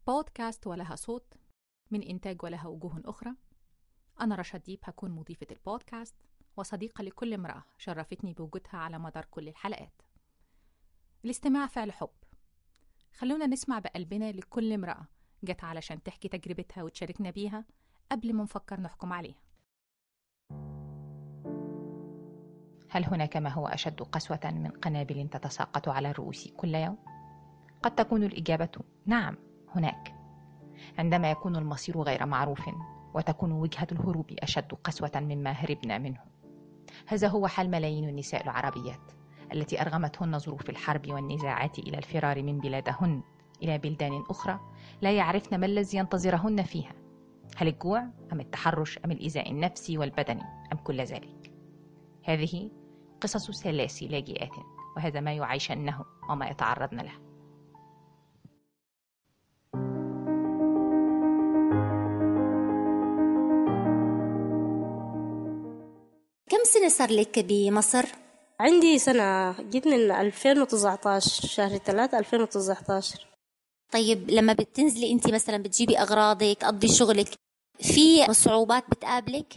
بودكاست ولها صوت من إنتاج ولها وجوه أخرى. أنا رشا ديب هكون مضيفة البودكاست وصديقة لكل امرأة شرفتني بوجودها على مدار كل الحلقات. الاستماع فعل حب. خلونا نسمع بقلبنا لكل امرأة جت علشان تحكي تجربتها وتشاركنا بيها قبل ما نفكر نحكم عليها. هل هناك ما هو أشد قسوة من قنابل تتساقط على الرؤوس كل يوم؟ قد تكون الإجابة نعم، هناك. عندما يكون المصير غير معروف وتكون وجهة الهروب أشد قسوة مما هربنا منه. هذا هو حال ملايين النساء العربيات التي أرغمتهن ظروف الحرب والنزاعات إلى الفرار من بلادهن إلى بلدان أخرى لا يعرفن ما الذي ينتظرهن فيها. هل الجوع أم التحرش أم الإيذاء النفسي والبدني أم كل ذلك؟ هذه قصص سلاسي لاجئات، وهذا ما يعيشنه وما يتعرضن له. كم سنة صار لك بمصر؟ عندي سنة، جيت من 2019 شهر 3 2019. طيب لما بتنزلي انت مثلا بتجيبي اغراضك تقضي شغلك، في صعوبات بتقابلك؟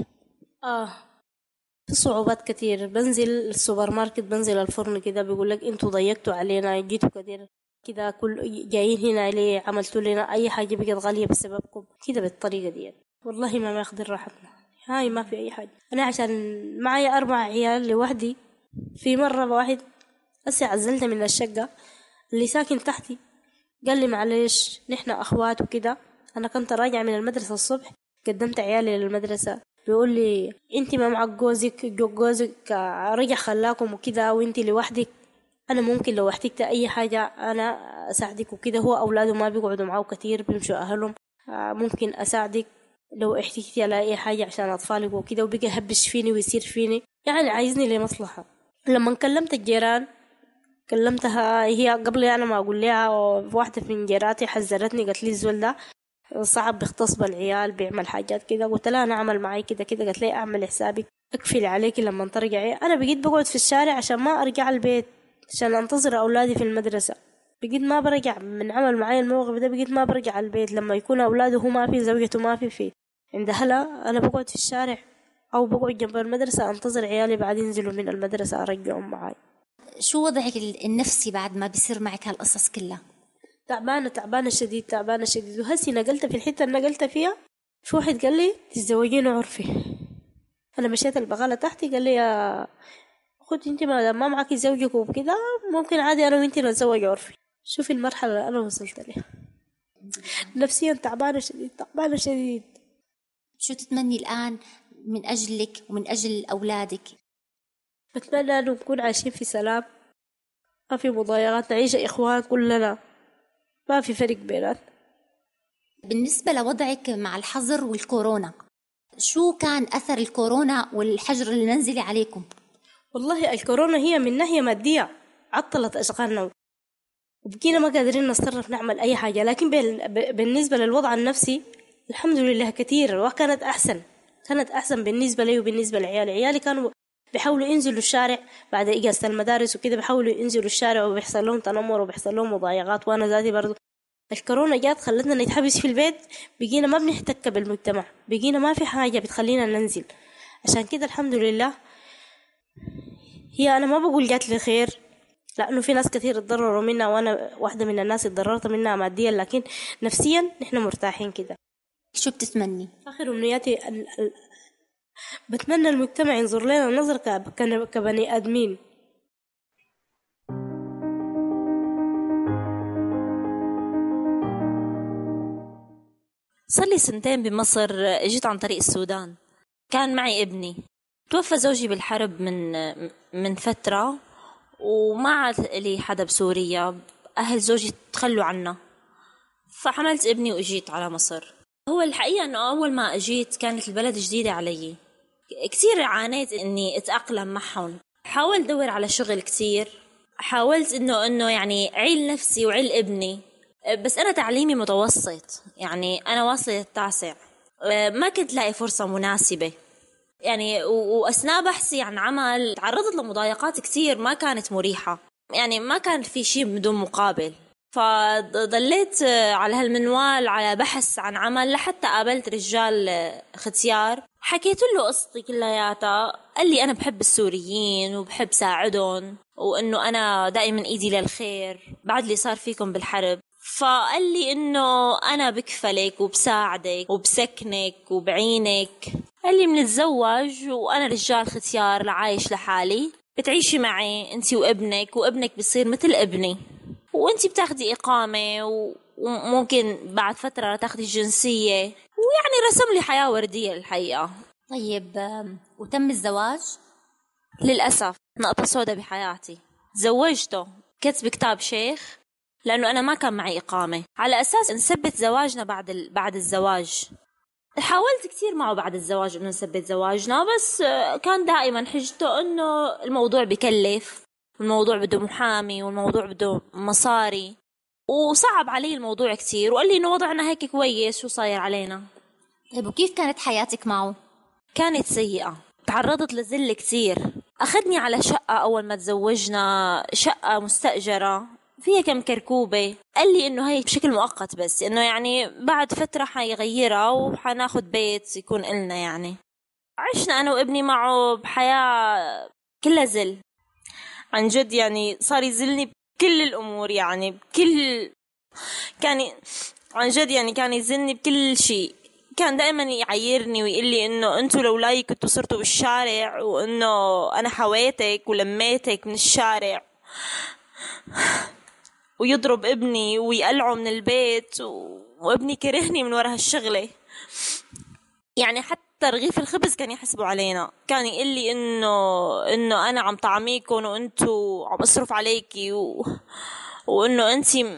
في صعوبات كتير. بنزل السوبر ماركت، بنزل الفرن كده بيقول لك انتوا ضيقتوا علينا، جيتوا كتير كده، كل جايين هنا ليه؟ عملتوا لنا اي حاجة بقت غالية بسببكم كده بالطريقة دي. والله ما ياخذ راحتنا، هاي ما في اي حاجة. انا عشان معي 4 عيال لوحدي، في مرة واحد هسه عزلت من الشقة، اللي ساكن تحتي قال لي معلش نحن أخوات وكده. أنا كنت راجعة من المدرسة الصبح، قدمت عيالي للمدرسة، بيقول لي أنت ما معك جوزك رجع خلاكم وكده وأنت لوحدك. أنا ممكن لو احتجت أي حاجة أنا أساعدك وكده. هو أولاده ما بيقعدوا معه كتير، بيمشوا أهلهم. ممكن أساعدك لو احتجتي على أي حاجة عشان أطفالك وكده. وبقى يهبش فيني ويصير فيني، يعني عايزني لمصلحة. لما كلمت الجيران، كلمتها هي قبل أنا ما أقول لها، واحدة من جيراتي حذرتني، قالت لي الزول ده صعب بيغتصب العيال، بيعمل حاجات كده. قلت لها أنا أعمل معي كده كده. قالت لي أعمل حسابك، أكفل عليك لما ترجعي. أنا بقيت بقعد في الشارع عشان ما أرجع البيت، عشان أنتظر أولادي في المدرسة. بقيت ما برجع من عمل معي الموقف ده، بقيت ما برجع البيت لما يكون أولاده ما في، زوجته ما في عند هلا. أنا بقعد في الشارع أو بقعد جنب المدرسة أنتظر عيالي بعد ينزلوا من المدرسة أرجعهم معي. شو وضعك النفسي بعد ما بيصير معك هالقصص كلها؟ تعبانة شديد. وهسي نقلت في الحتة اللي نقلت فيها، في واحد قال لي تتزوجين عرفي. أنا مشيت البغالة تحتي، قال لي يا خد انت ما معك زوجك وكده، ممكن عادي أنا وانت نتزوج عرفي. شوفي المرحلة اللي أنا وصلت لها. نفسيا تعبانة شديد. شو تتمني الآن من أجلك ومن أجل أولادك؟ بتمنى أن نكون عايشين في سلام، ما في مضايقات، نعيش إخوان كلنا، ما في فرق بيناتنا. بالنسبة لوضعك مع الحظر والكورونا، شو كان أثر الكورونا والحجر اللي ننزل عليكم؟ والله الكورونا هي من ناحية مادية عطلت أشغالنا، وبقينا ما قادرين نتصرف نعمل أي حاجة. لكن بالنسبة للوضع النفسي الحمد لله كتير، وكانت أحسن بالنسبة لي وبالنسبة لعيالي. كانوا بيحاولوا ينزلوا الشارع بعد إجازة المدارس وكده، بيحاولوا ينزلوا الشارع وبيحصل لهم تنمر وبيحصل لهم مضايقات. وأنا ذاتي برضو الكورونا جات خلتنا نتحبس في البيت، بقينا ما بنحتك بالمجتمع، بقينا ما في حاجة بتخلينا ننزل. عشان كده الحمد لله هي أنا ما بقول جات لي خير، لأنه في ناس كثير اتضرروا منها، وأنا واحدة من الناس اتضررت منها ماديا، لكن نفسيا نحن مرتاحين كده. شو بتتمني؟ آخر أمنياتي بتمنى المجتمع ينظر لنا نظر كبني آدمين. صار لي 2 بمصر، اجيت عن طريق السودان. كان معي ابني، توفى زوجي بالحرب من فترة، وما عاد لي حدا بسوريا، أهل زوجي تخلوا عنا، فحملت ابني وإجيت على مصر. هو الحقيقة أنه أول ما أجيت كانت البلد جديدة علي، كتير عانيت إني أتأقلم معهم. حاولت أدور على شغل كتير، حاولت إنه يعني عيل نفسي وعيل ابني، بس أنا تعليمي متوسط، يعني أنا واصلة 9، ما كنت لاقي فرصة مناسبة يعني. وأثناء بحثي عن عمل تعرضت لمضايقات كتير ما كانت مريحة، يعني ما كان في شيء بدون مقابل. فضليت على هالمنوال على بحث عن عمل لحتى قابلت رجال ختيار، حكيت له قصتي كلياتها. قال لي أنا بحب السوريين وبحب ساعدهم، وإنه أنا دائما إيدي للخير بعد اللي صار فيكم بالحرب. فقال لي إنه أنا بكفلك وبساعدك وبسكنك وبعينك. قال لي منتزوج وأنا رجال ختيار عايش لحالي، بتعيشي معي أنتي وابنك بيصير مثل ابني، وانتي بتاخدي إقامة وممكن بعد فترة تاخدي الجنسية. ويعني رسم لي حياة وردية الحقيقة. طيب وتم الزواج؟ للأسف نقطة سوداء بحياتي. تزوجته كتب كتاب شيخ لأنه أنا ما كان معي إقامة، على أساس نثبت زواجنا بعد الزواج. حاولت كثير معه بعد الزواج إنه نثبت زواجنا، بس كان دائما حجته إنه الموضوع بكلف، والموضوع بده محامي، والموضوع بده مصاري، وصعب علي الموضوع كثير. وقال لي إنه وضعنا هيك كويس، شو صاير علينا. طيب وكيف كانت حياتك معه؟ كانت سيئة، تعرضت لذل كثير. أخذني على شقة أول ما تزوجنا، شقة مستأجرة فيها كم كركوبة. قال لي إنه هي بشكل مؤقت، بس إنه يعني بعد فترة حيغيرها وحناخد بيت يكون إلنا. يعني عشنا أنا وابني معه بحياة كلها زل عن جد. يعني صار يزلني بكل الأمور، يعني كان عن جد يعني كان يزلني بكل شيء. كان دائما يعيرني ويقول لي إنه أنتوا لولاي كنتوا صرتوا بالشارع، وإنه أنا حويتك ولميتك من الشارع، ويضرب ابني ويقلعه من البيت، وابني كرهني من وراء هالشغلة. يعني حتى رغيف الخبز كان يحسبوا علينا. كان يقول لي إنه أنا عم طعميكم وأنتوا عم أصرف عليكي، وإنه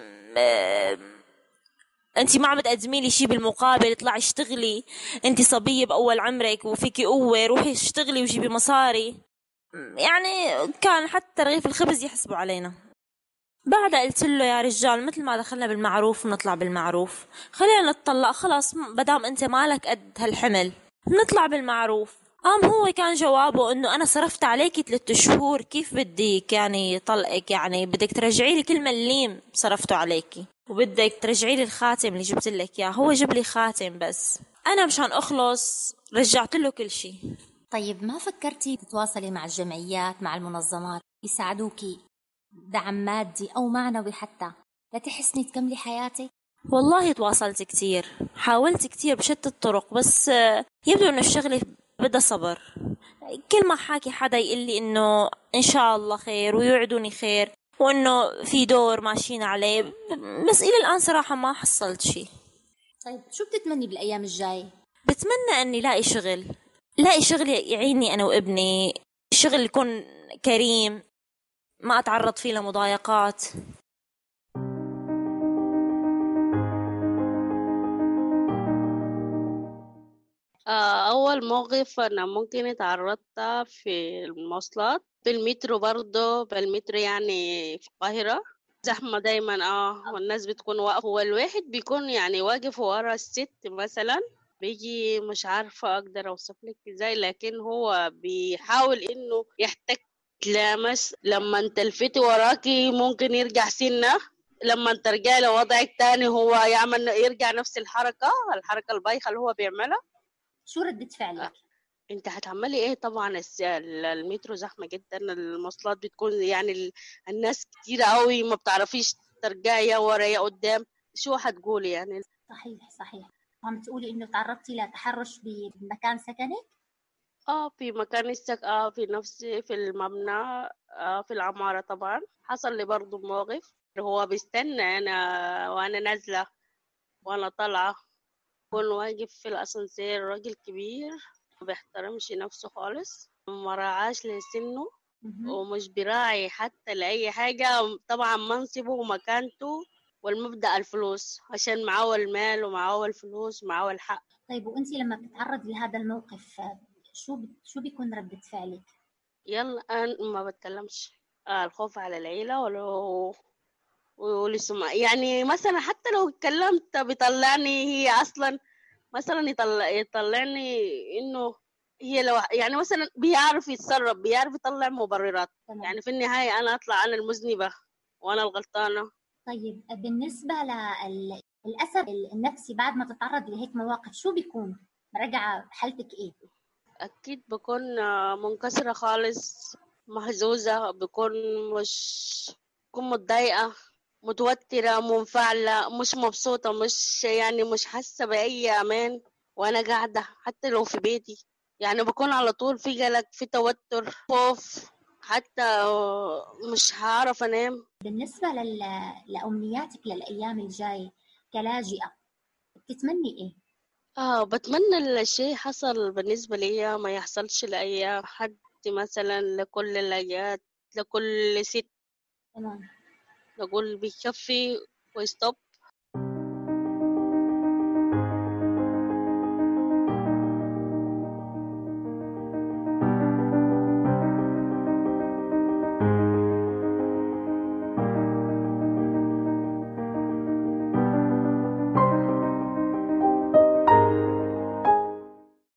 أنتي ما عم تقدمي لي شيء بالمقابل. اطلعي اشتغلي، أنتي صبية بأول عمرك وفيكي قوة، روحي اشتغلي وجيبي مصاري. يعني كان حتى رغيف الخبز يحسبوا علينا. بعدها قلت له يا رجال، مثل ما دخلنا بالمعروف نطلع بالمعروف، خلينا نتطلق خلاص، بدام انت مالك قد هالحمل نطلع بالمعروف. هو كان جوابه انه انا صرفت عليكي 3 شهور، كيف بديك يعني طلقك؟ يعني بدك ترجعي لي كل مليم صرفته عليكي، وبدك ترجعي لي الخاتم اللي جبت لك اياه. هو جاب لي خاتم، بس انا مشان اخلص رجعت له كل شيء. طيب ما فكرتي تتواصلي مع الجمعيات، مع المنظمات يساعدوكي دعم مادي أو معنوي حتى لتحسني تكملي حياتك؟ والله تواصلت كتير، حاولت كتير بشتى الطرق، بس يبدو انه الشغلة بدها صبر. كل ما حاكي حدا يقول لي انه ان شاء الله خير ويوعدوني خير وانه في دور ماشيين عليه، بس الى الان صراحة ما حصلت شيء. طيب شو بتتمني بالأيام الجاي؟ بتمنى اني لاقي شغل يعيني انا وابني، شغل يكون كريم ما اتعرض فيه لمضايقات. أول موقف أنا ممكن اتعرضت في المواصلات بالمترو، برضه بالمترو يعني في القاهرة زحمة دايما، والناس بتكون واقفة، والواحد بيكون يعني واقف ورا الست مثلا، بيجي مش عارفة أقدر أوصف لك إزاي، لكن هو بيحاول إنه يحتك لمس. لما تلفتي وراكي ممكن يرجع سنة، لما ترجعي لوضعك تاني هو يرجع نفس الحركة البايخة اللي هو بيعملها. شو ردة فعلك؟ انت هتعملي ايه؟ طبعا المترو زحمة جدا، المواصلات بتكون يعني الناس كتير قوي، ما بتعرفيش ترجعي يا ورا يا قدام، شو هتقولي يعني؟ صحيح. عم تقولي إنه تعرضتي لتحرش بمكان سكنك؟ في مكان في نفسي في المبنى، في العمارة. طبعا حصل لي برضو موقف، هو بيستنى انا وانا نازلة وانا طالعة، يكون واقف في الاسانسير، راجل كبير ما بيحترمش نفسه خالص، ما راعاش لسنه ومش براعي حتى لأي حاجة. طبعا منصبه ومكانته والمبدأ الفلوس، عشان معاه المال ومعاه الفلوس ومعاه الحق. طيب وأنت لما بتتعرضي لهذا الموقف شو بيكون ردة فعلك؟ يلا أنا ما بتكلمش، الخوف على العيلة ولسمع. يعني مثلا حتى لو اتكلمت بيطلعني هي أصلا، مثلا يطلعني إنه هي لو يعني مثلا بيعرف يتصرف، بيعرف يطلع مبررات. يعني في النهاية أنا أطلع أنا المذنبة وأنا الغلطانة، طيب بالنسبة للأسف النفسي بعد ما تتعرض لهيك مواقف شو بيكون؟ رجع حالتك إيه؟ أكيد بكون منكسرة خالص، مهزوزة، بكون متضايقة، متوترة، منفعلة، مش مبسوطة، مش حاسة بأي أمان وأنا قاعدة حتى لو في بيتي. يعني بكون على طول في قلق، في توتر، خوف، حتى مش هعرف أنام. بالنسبة لأمنياتك للأيام الجاية كلاجئة بتتمني إيه؟ بتمنى الشيء حصل بالنسبة لي ما يحصلش لأي حد، مثلا لكل اللاجئات، لكل ست، تمام. نقول بيكفي ويستوب.